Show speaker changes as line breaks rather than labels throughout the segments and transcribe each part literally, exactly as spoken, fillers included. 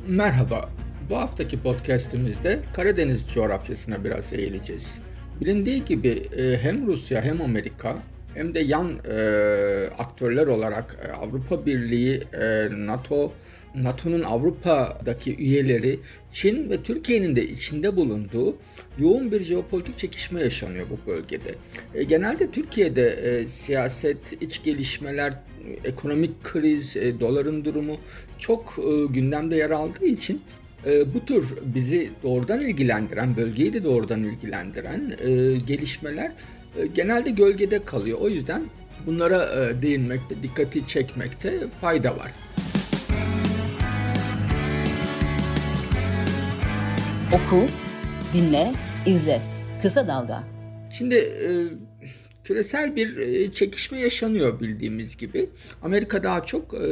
Merhaba, bu haftaki podcast'imizde Karadeniz coğrafyasına biraz eğileceğiz. Bilindiği gibi e, hem Rusya hem Amerika hem de yan e, aktörler olarak e, Avrupa Birliği, e, NATO, NATO'nun Avrupa'daki üyeleri, Çin ve Türkiye'nin de içinde bulunduğu yoğun bir jeopolitik çekişme yaşanıyor bu bölgede. E, genelde Türkiye'de e, siyaset, iç gelişmeler, ekonomik kriz, e, doların durumu çok e, gündemde yer aldığı için e, bu tür bizi doğrudan ilgilendiren, bölgeyi de doğrudan ilgilendiren e, gelişmeler e, genelde gölgede kalıyor. O yüzden bunlara e, değinmekte, dikkati çekmekte fayda var.
Oku, dinle, izle. Kısa Dalga.
Şimdi e, küresel bir e, çekişme yaşanıyor bildiğimiz gibi. Amerika daha çok e,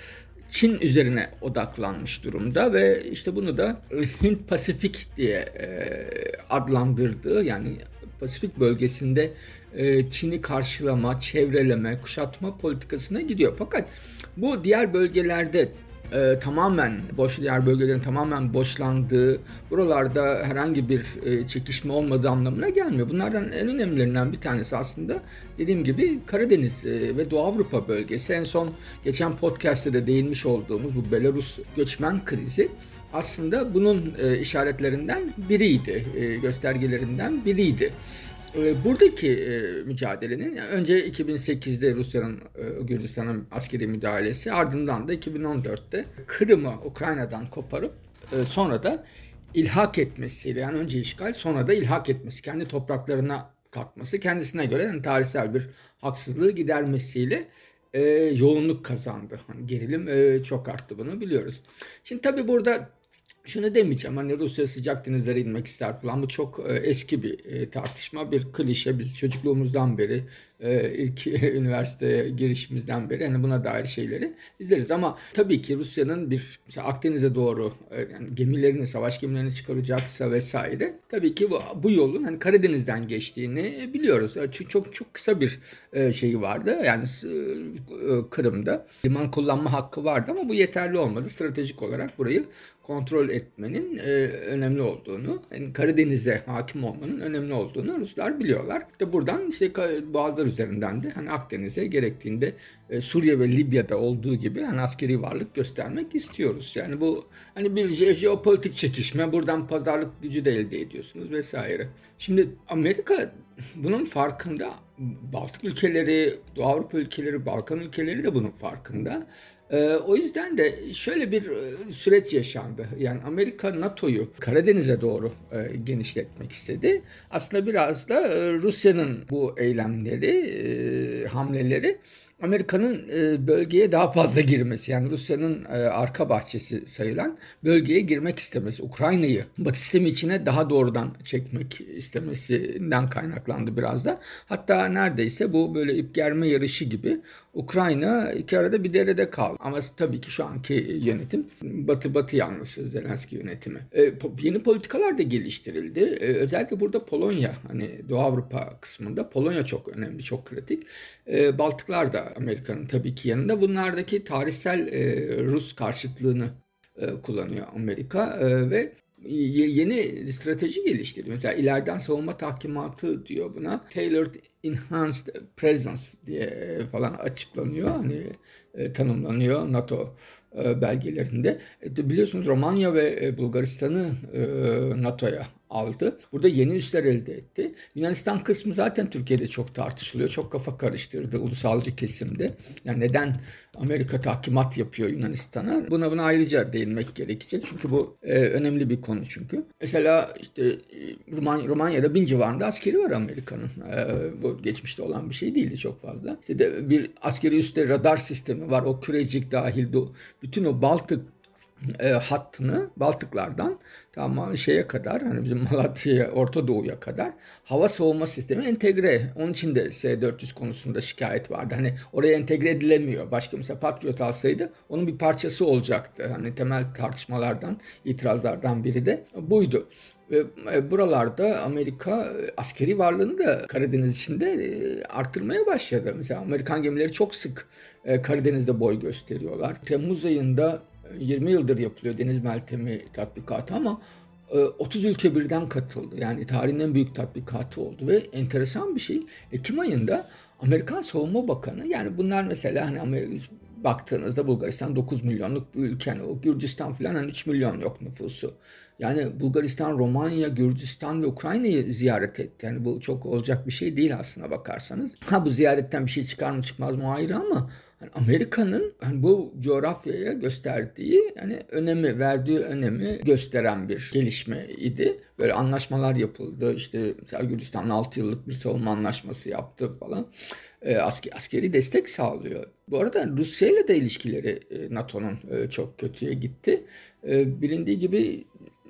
Çin üzerine odaklanmış durumda ve işte bunu da Hint Pasifik diye e, adlandırdığı, yani Pasifik bölgesinde e, Çin'i karşılama, çevreleme, kuşatma politikasına gidiyor. Fakat bu diğer bölgelerde e, tamamen boş, diğer bölgelerin tamamen boşlandığı, buralarda herhangi bir e, çekişme olmadığı anlamına gelmiyor. Bunlardan en önemlilerinden bir tanesi aslında dediğim gibi Karadeniz e, ve Doğu Avrupa bölgesi. En son geçen podcast'te de değinmiş olduğumuz bu Belarus göçmen krizi aslında bunun e, işaretlerinden biriydi, e, göstergelerinden biriydi. Buradaki e, mücadelenin önce iki bin sekizde Rusya'nın e, Gürcistan'a askeri müdahalesi, ardından da iki bin on dörtte Kırım'ı Ukrayna'dan koparıp e, sonra da ilhak etmesiyle, yani önce işgal sonra da ilhak etmesi, kendi topraklarına katması, kendisine göre yani tarihsel bir haksızlığı gidermesiyle e, yoğunluk kazandı. Hani gerilim e, çok arttı, bunu biliyoruz. Şimdi tabii burada şunu demeyeceğim, hani Rusya sıcak denizlere inmek ister falan, bu çok e, eski bir e, tartışma, bir klişe. Biz çocukluğumuzdan beri e, ilk üniversiteye girişimizden beri hani buna dair şeyleri izleriz, ama tabii ki Rusya'nın bir mesela Akdeniz'e doğru e, yani gemilerini, savaş gemilerini çıkaracaksa vesaire, tabii ki bu, bu yolun hani Karadeniz'den geçtiğini biliyoruz. Çünkü çok çok kısa bir e, şeyi vardı, yani e, Kırım'da liman kullanma hakkı vardı ama bu yeterli olmadı. Stratejik olarak burayı kontrol etmenin e, önemli olduğunu, yani Karadeniz'e hakim olmanın önemli olduğunu Ruslar biliyorlar. İşte buradan işte boğazlar üzerinden de hani Akdeniz'e, gerektiğinde e, Suriye ve Libya'da olduğu gibi hani askeri varlık göstermek istiyoruz. Yani bu hani bir je- jeopolitik çekişme, buradan pazarlık gücü de elde ediyorsunuz vesaire. Şimdi Amerika bunun farkında. Baltık ülkeleri, Doğu Avrupa ülkeleri, Balkan ülkeleri de bunun farkında. Ee, o yüzden de şöyle bir e, süreç yaşandı. Yani Amerika NATO'yu Karadeniz'e doğru e, genişletmek istedi. Aslında biraz da e, Rusya'nın bu eylemleri, e, hamleleri Amerika'nın e, bölgeye daha fazla girmesi, yani Rusya'nın e, arka bahçesi sayılan bölgeye girmek istemesi, Ukrayna'yı Batı sistemi içine daha doğrudan çekmek istemesinden kaynaklandı biraz da. Hatta neredeyse bu böyle ip germe yarışı gibi Ukrayna iki arada bir derede kaldı. Ama tabii ki şu anki yönetim Batı Batı yanlısı, Zelenski yönetimi. E, yeni politikalar da geliştirildi. E, özellikle burada Polonya, hani Doğu Avrupa kısmında Polonya çok önemli, çok kritik. E, Baltıklar da Amerika'nın tabii ki yanında. Bunlardaki tarihsel e, Rus karşıtlığını e, kullanıyor Amerika e, ve yeni strateji geliştirdi. Mesela ileriden savunma tahkimatı diyor buna. Tailored Enhanced Presence diye falan açıklanıyor. Hani e, tanımlanıyor NATO e, belgelerinde. E, biliyorsunuz Romanya ve e, Bulgaristan'ı e, NATO'ya aldı. Burada yeni üsler elde etti. Yunanistan kısmı zaten Türkiye'de çok tartışılıyor. Çok kafa karıştırdı ulusalcı kesimde. Yani neden Amerika tahkimat yapıyor Yunanistan'a? Buna buna ayrıca değinmek gerekecek. Çünkü bu e, önemli bir konu çünkü. Mesela işte e, Romanya, Romanya'da bin civarında askeri var Amerika'nın. E, bu geçmişte olan bir şey değildi çok fazla. İşte de bir askeri üste radar sistemi var. O Kürecik dahil bütün o Baltık e, hattını Baltıklardan tamam şeye kadar, hani bizim Malatya'ya, Orta Doğu'ya kadar hava savunma sistemi entegre. Onun için de S dört yüz konusunda şikayet vardı. Hani oraya entegre edilemiyor. Başka mesela Patriot alsaydı onun bir parçası olacaktı. Hani temel tartışmalardan, itirazlardan biri de buydu. Ve buralarda Amerika askeri varlığını da Karadeniz içinde arttırmaya başladı. Mesela Amerikan gemileri çok sık Karadeniz'de boy gösteriyorlar. Temmuz ayında yirmi yıldır yapılıyor deniz meltemi tatbikatı ama otuz ülke birden katıldı. Yani tarihin en büyük tatbikatı oldu ve enteresan bir şey. Ekim ayında Amerikan Savunma Bakanı, yani bunlar mesela hani Amerika, baktığınızda Bulgaristan dokuz milyonluk bir ülke. Yani o Gürcistan falan hani üç milyon yok nüfusu. Yani Bulgaristan, Romanya, Gürcistan ve Ukrayna'yı ziyaret etti. Yani bu çok olacak bir şey değil aslına bakarsanız. Ha, bu ziyaretten bir şey çıkar mı çıkmaz mı ayrı ama yani Amerika'nın hani bu coğrafyaya gösterdiği, yani önemi, verdiği önemi gösteren bir gelişme idi. Böyle anlaşmalar yapıldı. İşte mesela Gürcistan altı yıllık bir savunma anlaşması yaptı falan. E, asker, askeri destek sağlıyor. Bu arada Rusya ile de ilişkileri e, NATO'nun e, çok kötüye gitti. E, bilindiği gibi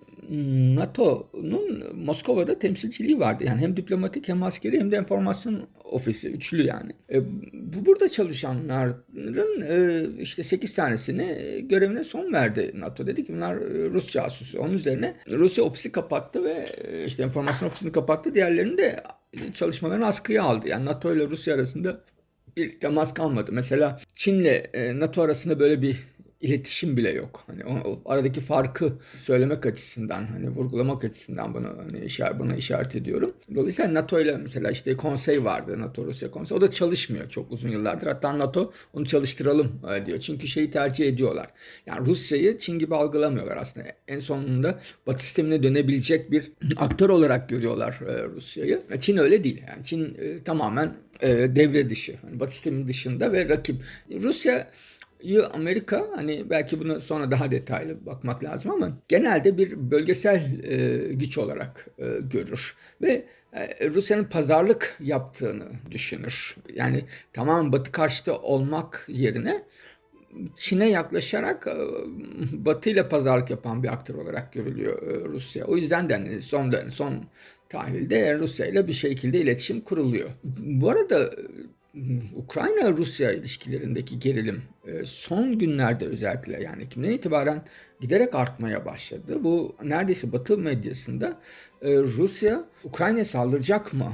NATO'nun Moskova'da temsilciliği vardı. Yani hem diplomatik hem askeri hem de enformasyon ofisi, üçlü yani. E, bu burada çalışanların e, işte sekiz tanesini görevine son verdi NATO. Dedi ki bunlar Rus casusu. Onun üzerine Rusya ofisi kapattı ve e, işte enformasyon ofisini kapattı. Diğerlerini de çalışmalarını askıya aldı. Yani NATO ile Rusya arasında bir temas kalmadı. Mesela Çin'le e, NATO arasında böyle bir iletişim bile yok. Hani o, o aradaki farkı söylemek açısından, hani vurgulamak açısından bunu hani işaret, buna işaret ediyorum. Dolayısıyla NATO ile mesela işte konsey vardı, NATO Rusya konseyi. O da çalışmıyor çok uzun yıllardır. Hatta NATO onu çalıştıralım diyor. Çünkü şeyi tercih ediyorlar. Yani Rusya'yı Çin gibi algılamıyorlar aslında. En sonunda Batı sistemine dönebilecek bir aktör olarak görüyorlar e, Rusya'yı. Çin öyle değil. Yani Çin e, tamamen e, devre dışı. Yani Batı sistemin dışında ve rakip. Rusya Amerika, hani belki bunu sonra daha detaylı bakmak lazım ama genelde bir bölgesel e, güç olarak e, görür ve e, Rusya'nın pazarlık yaptığını düşünür. Yani tamamen Batı karşıtı olmak yerine Çin'e yaklaşarak e, Batı ile pazarlık yapan bir aktör olarak görülüyor e, Rusya. O yüzden de hani son son tahlilde Rusya ile bir şekilde iletişim kuruluyor. Bu arada Ukrayna-Rusya ilişkilerindeki gerilim son günlerde özellikle, yani Ekim'den itibaren giderek artmaya başladı. Bu neredeyse Batı medyasında Rusya Ukrayna'ya saldıracak mı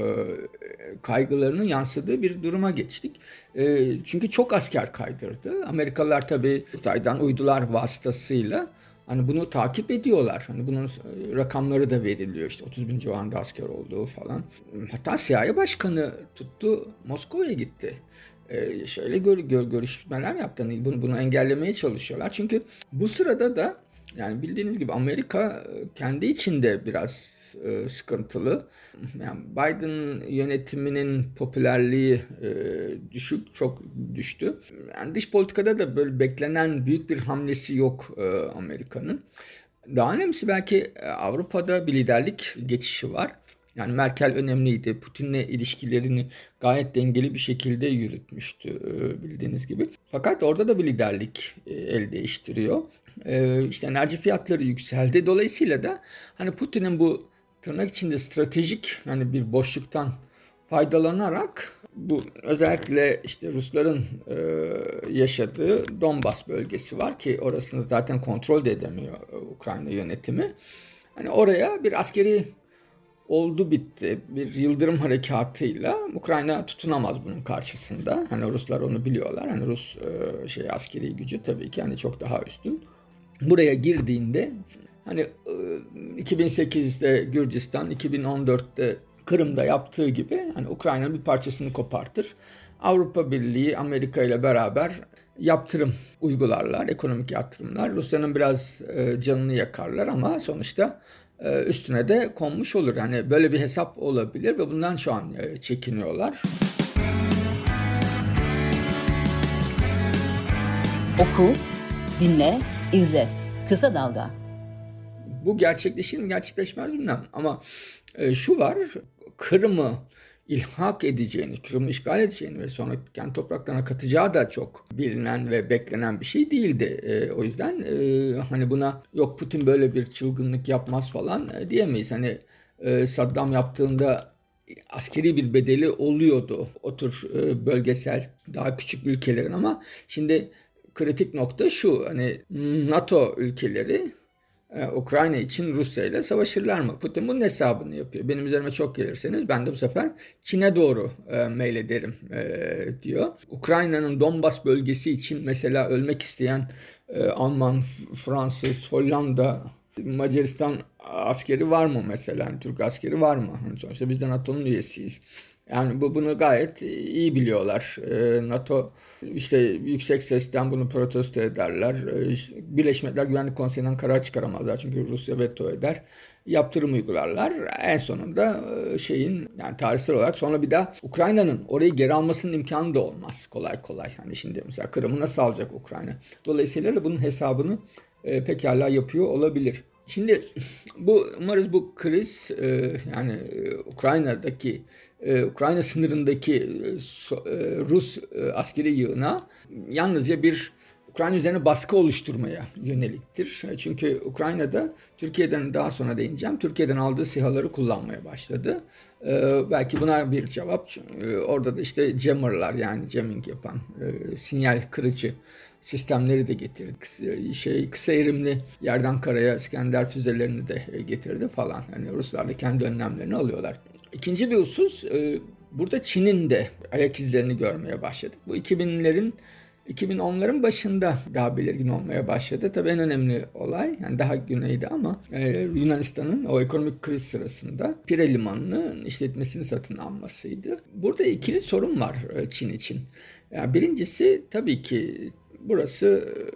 kaygılarının yansıdığı bir duruma geçtik. Çünkü çok asker kaydırdı. Amerikalılar tabii uzaydan uydular vasıtasıyla hani bunu takip ediyorlar. Hani bunun rakamları da veriliyor. İşte otuz bin civarında asker olduğu falan. Hatta C I A başkanı tuttu, Moskova'ya gitti. Ee, şöyle gör, gör, görüşmeler yaptı. Hani bunu, bunu engellemeye çalışıyorlar. Çünkü bu sırada da yani bildiğiniz gibi Amerika kendi içinde biraz e, sıkıntılı. Yani Biden yönetiminin popülerliği e, düşük, çok düştü. Yani dış politikada da böyle beklenen büyük bir hamlesi yok e, Amerika'nın. Daha önemlisi belki Avrupa'da bir liderlik geçişi var. Yani Merkel önemliydi. Putin'le ilişkilerini gayet dengeli bir şekilde yürütmüştü bildiğiniz gibi. Fakat orada da bir liderlik el değiştiriyor. İşte enerji fiyatları yükseldi. Dolayısıyla da hani Putin'in bu tırnak içinde stratejik hani bir boşluktan faydalanarak bu özellikle işte Rusların e, yaşadığı Donbas bölgesi var ki orasını zaten kontrol de edemiyor Ukrayna yönetimi. Hani oraya bir askeri oldu bitti bir yıldırım harekatıyla Ukrayna tutunamaz bunun karşısında. Hani Ruslar onu biliyorlar. Hani Rus e, şey askeri gücü tabii ki hani çok daha üstün. Buraya girdiğinde hani e, iki bin sekizde Gürcistan, iki bin on dörtte Kırım'da yaptığı gibi hani Ukrayna'nın bir parçasını kopartır. Avrupa Birliği Amerika ile beraber yaptırım uygularlar, ekonomik yaptırımlar. Rusya'nın biraz e, canını yakarlar ama sonuçta e, üstüne de konmuş olur. Yani böyle bir hesap olabilir ve bundan şu an e, çekiniyorlar.
Oku, dinle, izle. Kısa Dalga.
Bu gerçekleşir mi gerçekleşmez bilmem ama e, şu var, Kırım'ı ilhak edeceğini, Kırım'ı işgal edeceğini ve sonra kendi topraklarına katacağı da çok bilinen ve beklenen bir şey değildi. E, o yüzden e, hani buna yok Putin böyle bir çılgınlık yapmaz falan e, diyemeyiz. Hani e, Saddam yaptığında askeri bir bedeli oluyordu o tür e, bölgesel daha küçük ülkelerin ama şimdi kritik nokta şu, hani NATO ülkeleri Ee, Ukrayna için Rusya ile savaşırlar mı? Putin bunun hesabını yapıyor. Benim üzerime çok gelirseniz ben de bu sefer Çin'e doğru e, meylederim e, diyor. Ukrayna'nın Donbas bölgesi için mesela ölmek isteyen e, Alman, Fransız, Hollanda, Macaristan askeri var mı mesela? Yani Türk askeri var mı? Yani sonuçta biz de NATO'nun üyesiyiz. Yani bu bunu gayet iyi biliyorlar. Ee, NATO işte yüksek sesten bunu protesto ederler. Ee, işte Birleşmiş Milletler Güvenlik Konseyi'nden karar çıkaramazlar çünkü Rusya veto eder. Yaptırım uygularlar. En sonunda şeyin yani tarihsel olarak sonra bir daha Ukrayna'nın orayı geri almasının imkanı da olmaz kolay kolay. Hani şimdi mesela Kırım'ı nasıl alacak Ukrayna? Dolayısıyla da bunun hesabını e, pekala yapıyor olabilir. Şimdi bu umarız bu kriz e, yani e, Ukrayna'daki e, Ukrayna sınırındaki e, so, e, Rus e, askeri yığına yalnızca bir Ukrayna üzerine baskı oluşturmaya yöneliktir. Çünkü Ukrayna'da Türkiye'den daha sonra değineceğim. Türkiye'den aldığı SİHA'ları kullanmaya başladı. Ee, belki buna bir cevap. Ee, orada da işte jammer'lar yani jamming yapan e, sinyal kırıcı sistemleri de getirdi. Kısa, şey kısa erimli yerden karaya İskender füzelerini de getirdi falan. Yani Ruslar da kendi önlemlerini alıyorlar. İkinci bir husus e, burada Çin'in de ayak izlerini görmeye başladık. Bu iki binlerin iki bin onların başında daha belirgin olmaya başladı. Tabii en önemli olay yani daha güneyde ama e, Yunanistan'ın o ekonomik kriz sırasında Pire Limanı'nın işletmesini satın almasıydı. Burada ikili sorun var e, Çin için. Yani birincisi tabii ki burası e,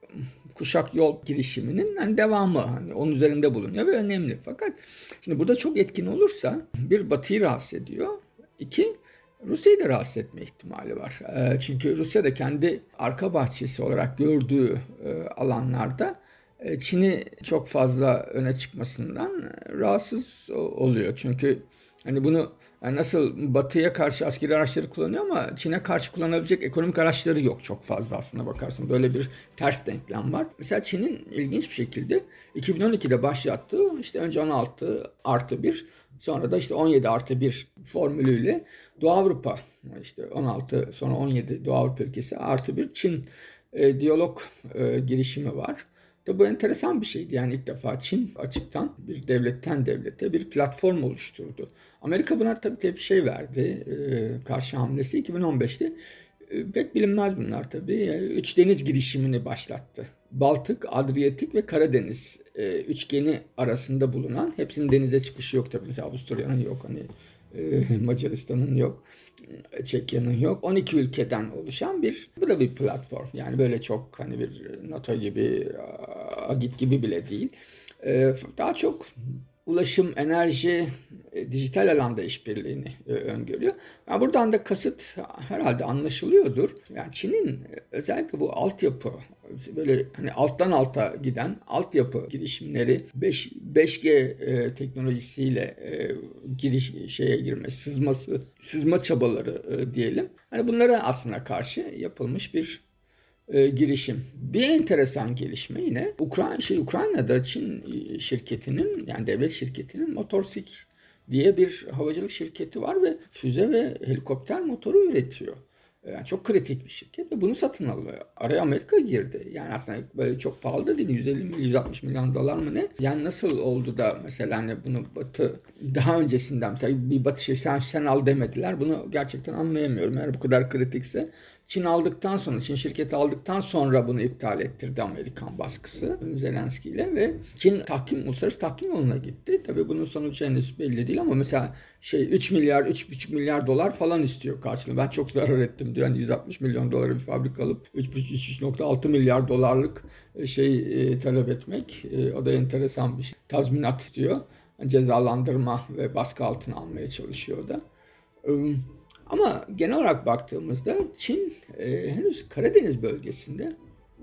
kuşak yol girişiminin yani devamı. Hani onun üzerinde bulunuyor ve önemli. Fakat şimdi burada çok etkin olursa bir Batı'yı rahatsız ediyor. İki Rusya'yı da rahatsız etme ihtimali var. Çünkü Rusya da kendi arka bahçesi olarak gördüğü alanlarda Çin'i çok fazla öne çıkmasından rahatsız oluyor. Çünkü hani bunu yani nasıl Batı'ya karşı askeri araçları kullanıyor ama Çin'e karşı kullanabilecek ekonomik araçları yok çok fazla aslında bakarsın. Böyle bir ters denklem var. Mesela Çin'in ilginç bir şekilde iki bin on ikide başlattığı işte önce on altı artı bir sonra da işte on yedi artı bir formülüyle Doğu Avrupa işte on altı sonra on yedi Doğu Avrupa ülkesi artı bir Çin e, diyalog e, girişimi var. Da bu enteresan bir şeydi. Yani ilk defa Çin açıktan bir devletten devlete bir platform oluşturdu. Amerika buna tabii tepki şey verdi. E, karşı hamlesi iki bin on beşte. E, pek bilinmez bunlar tabii. E, üç deniz girişimini başlattı. Baltık, Adriyatik ve Karadeniz e, üçgeni arasında bulunan, hepsinin denize çıkışı yok tabii. Mesela Avusturya'nın yok, hani e, Macaristan'ın yok, Çekya'nın yok. on iki ülkeden oluşan bir, bu da bir platform. Yani böyle çok hani bir NATO gibi, AGİT gibi bile değil. E, daha çok ulaşım, enerji, e, dijital alanda işbirliğini e, öngörüyor. Yani buradan da kasıt herhalde anlaşılıyordur. Yani Çin'in özellikle bu altyapı, böyle hani alttan alta giden altyapı girişimleri, beş G e, teknolojisiyle e, giriş şeye girme, sızması, sızma çabaları e, diyelim. Hani bunlara aslında karşı yapılmış bir e, girişim. Bir enteresan gelişme yine Ukrayna şey Ukrayna'da Çin şirketinin yani devlet şirketinin Motorsik diye bir havacılık şirketi var ve füze ve helikopter motoru üretiyor. Yani çok kritik bir şirket ve bunu satın alıyor. Araya Amerika girdi. Yani aslında böyle çok pahalı da değil. yüz elli yüz altmış milyon dolar mı ne? Yani nasıl oldu da mesela hani bunu Batı daha öncesinden mesela bir Batı şey sen, sen al demediler. Bunu gerçekten anlayamıyorum. Eğer bu kadar kritikse Çin aldıktan sonra, Çin şirketi aldıktan sonra bunu iptal ettirdi Amerikan baskısı Zelenski ile ve Çin tahkim, uluslararası tahkim yoluna gitti. Tabii bunun sonucu henüz belli değil ama mesela şey üç milyar, üç buçuk milyar dolar falan istiyor karşılığında. Ben çok zarar ettim diyor. Yani yüz altmış milyon dolara bir fabrika alıp üç virgül altı milyar dolarlık şey e, talep etmek e, o da enteresan bir şey. Tazminat diyor. Cezalandırma ve baskı altına almaya çalışıyor da. Um, Ama genel olarak baktığımızda Çin e, henüz Karadeniz bölgesinde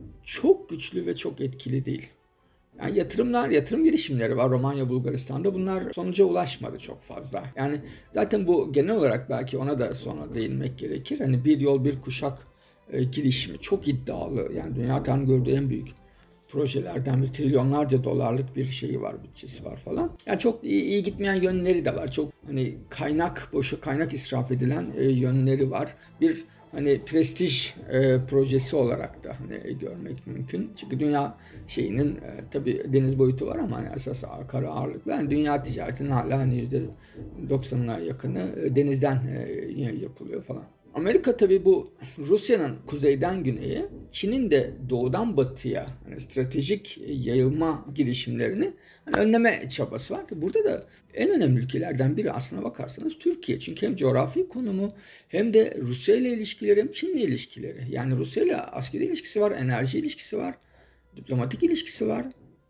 çok güçlü ve çok etkili değil. Yani yatırımlar, yatırım girişimleri var Romanya, Bulgaristan'da. Bunlar sonuca ulaşmadı çok fazla. Yani zaten bu genel olarak belki ona da sonra değinmek gerekir. Hani bir yol bir kuşak e, girişimi çok iddialı. Yani dünyanın gördüğü en büyük projelerden bir trilyonlarca dolarlık bir şeyi var, bütçesi var falan. Yani çok iyi, iyi gitmeyen yönleri de var. Çok hani kaynak, boşu kaynak israf edilen e, yönleri var. Bir hani prestij e, projesi olarak da hani görmek mümkün. Çünkü dünya şeyinin e, tabii deniz boyutu var ama hani esas kara ağırlıklı. Yani dünya ticaretinin hala hani yüzde doksanına yakını e, denizden e, yapılıyor falan. Amerika tabii bu Rusya'nın kuzeyden güneye, Çin'in de doğudan batıya hani stratejik yayılma girişimlerini hani önleme çabası var. Burada da en önemli ülkelerden biri aslına bakarsanız Türkiye. Çünkü hem coğrafi konumu hem de Rusya ile ilişkileri hem Çin'le ilişkileri. Yani Rusya ile askeri ilişkisi var, enerji ilişkisi var, diplomatik ilişkisi var.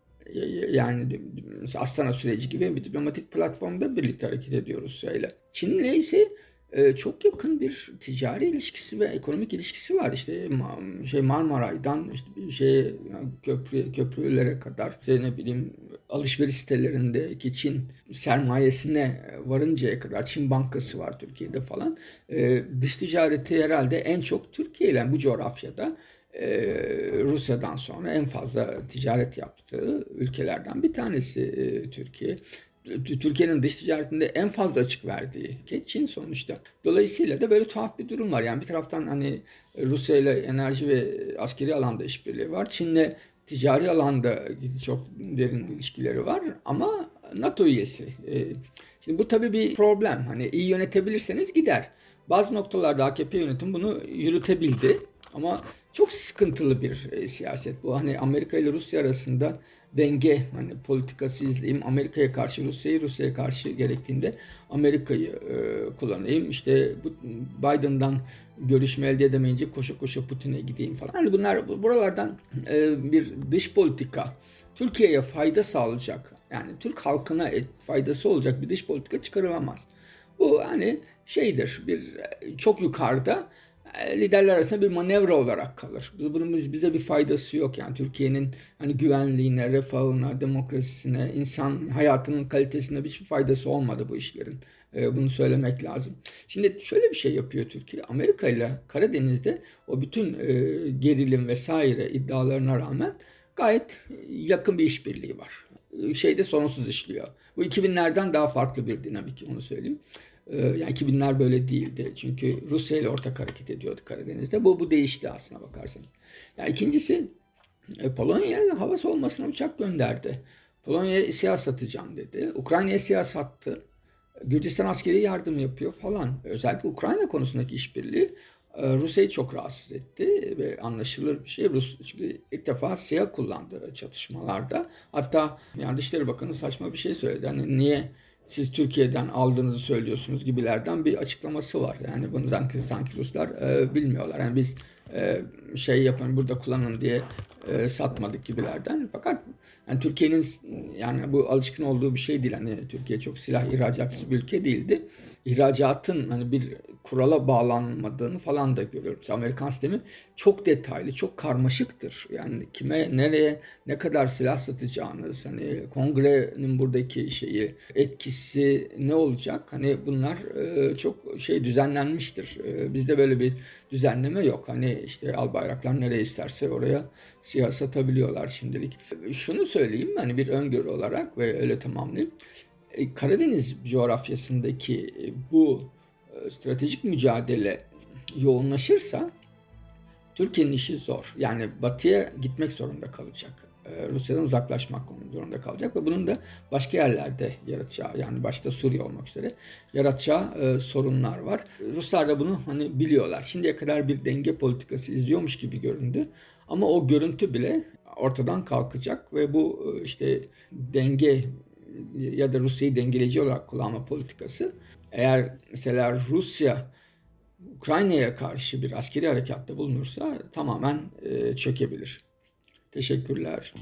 Yani Astana süreci gibi bir diplomatik platformda birlikte hareket ediyoruz Rusya'yla. Çin'le ise çok yakın bir ticari ilişkisi ve ekonomik ilişkisi var. İşte şey Marmaray'dan işte şey köprü köprülere kadar işte ne bileyim alışveriş sitelerindeki Çin sermayesine varıncaya kadar Çin Bankası var Türkiye'de falan. Ee, dış ticareti herhalde en çok Türkiye ile bu coğrafyada e, Rusya'dan sonra en fazla ticaret yaptığı ülkelerden bir tanesi e, Türkiye. Türkiye'nin dış ticaretinde en fazla açık verdiği Çin sonuçta. Dolayısıyla da böyle tuhaf bir durum var. Yani bir taraftan hani Rusya ile enerji ve askeri alanda işbirliği var. Çin'le ticari alanda çok derin ilişkileri var ama NATO üyesi. Şimdi bu tabii bir problem. Hani iyi yönetebilirseniz gider. Bazı noktalarda A K P yönetim bunu yürütebildi. Ama çok sıkıntılı bir e, siyaset bu. Hani Amerika ile Rusya arasında denge hani politikası izleyeyim. Amerika'ya karşı Rusya'yı, Rusya'ya karşı gerektiğinde Amerika'yı e, kullanayım. İşte bu Biden'dan görüşme elde edemeyince koşa koşa Putin'e gideyim falan. Hani bunlar buralardan e, bir dış politika Türkiye'ye fayda sağlayacak. Yani Türk halkına faydası olacak bir dış politika çıkarılamaz. Bu hani şeydir, bir çok yukarıda liderler arasında bir manevra olarak kalır. Bunun bize bir faydası yok. Yani Türkiye'nin hani güvenliğine, refahına, demokrasisine, insan hayatının kalitesine hiçbir faydası olmadı bu işlerin. Bunu söylemek lazım. Şimdi şöyle bir şey yapıyor Türkiye. Amerika ile Karadeniz'de o bütün gerilim vesaire iddialarına rağmen gayet yakın bir işbirliği var. Şeyde sorunsuz işliyor. Bu iki binlerden daha farklı bir dinamik, onu söyleyeyim. Yani iki binler böyle değildi. Çünkü Rusya ile ortak hareket ediyordu Karadeniz'de. Bu bu değişti aslına bakarsanız. Yani ikincisi Polonya'ya hava savunmasına uçak gönderdi. Polonya'ya SİHA satacağım dedi. Ukrayna'ya SİHA sattı. Gürcistan askeri yardım yapıyor falan. Özellikle Ukrayna konusundaki işbirliği Rusya'yı çok rahatsız etti ve anlaşılır bir şey. Rus çünkü ilk defa SİHA kullandı çatışmalarda. Hatta yani Dışişleri Bakanı saçma bir şey söyledi. Hani niye siz Türkiye'den aldığınızı söylüyorsunuz gibilerden bir açıklaması var. Yani bunu sanki, sanki Ruslar e, bilmiyorlar. Yani biz e, şey yapın burada kullanın diye e, satmadık gibilerden. Fakat yani Türkiye'nin yani bu alışkın olduğu bir şey değil. Hani Türkiye çok silah ihracatçısı bir ülke değildi. İhracatın hani bir kurala bağlanmadığını falan da görüyoruz. Amerikan sistemi çok detaylı, çok karmaşıktır. Yani kime, nereye, ne kadar silah satacağınız, hani kongrenin buradaki şeyi, etkisi ne olacak? Hani bunlar e, çok şey düzenlenmiştir. E, bizde böyle bir düzenleme yok. Hani işte albayraklar nereye isterse oraya SİHA satabiliyorlar şimdilik. Şunu söyleyeyim hani bir öngörü olarak ve öyle tamamlayayım. Karadeniz coğrafyasındaki bu stratejik mücadele yoğunlaşırsa Türkiye'nin işi zor. Yani batıya gitmek zorunda kalacak. Rusya'dan uzaklaşmak zorunda kalacak ve bunun da başka yerlerde yaratacağı, yani başta Suriye olmak üzere yaratacağı sorunlar var. Ruslar da bunu hani biliyorlar. Şimdiye kadar bir denge politikası izliyormuş gibi göründü. Ama o görüntü bile ortadan kalkacak ve bu işte denge ya da Rusya'yı dengeleyici olarak kullanma politikası eğer mesela Rusya Ukrayna'ya karşı bir askeri harekatta bulunursa tamamen e, çökebilir. Teşekkürler.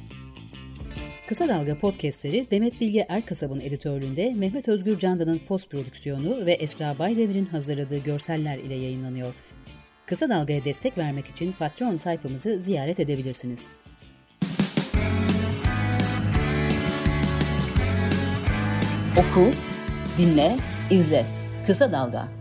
Kısa Dalga podcastleri Demet Bilge Erkasab'ın editörlüğünde Mehmet Özgür Candan'ın post prodüksiyonu ve Esra Baydemir'in hazırladığı görseller ile yayınlanıyor. Kısa Dalga'ya destek vermek için Patreon sayfamızı ziyaret edebilirsiniz. Oku, dinle, izle. Kısa Dalga.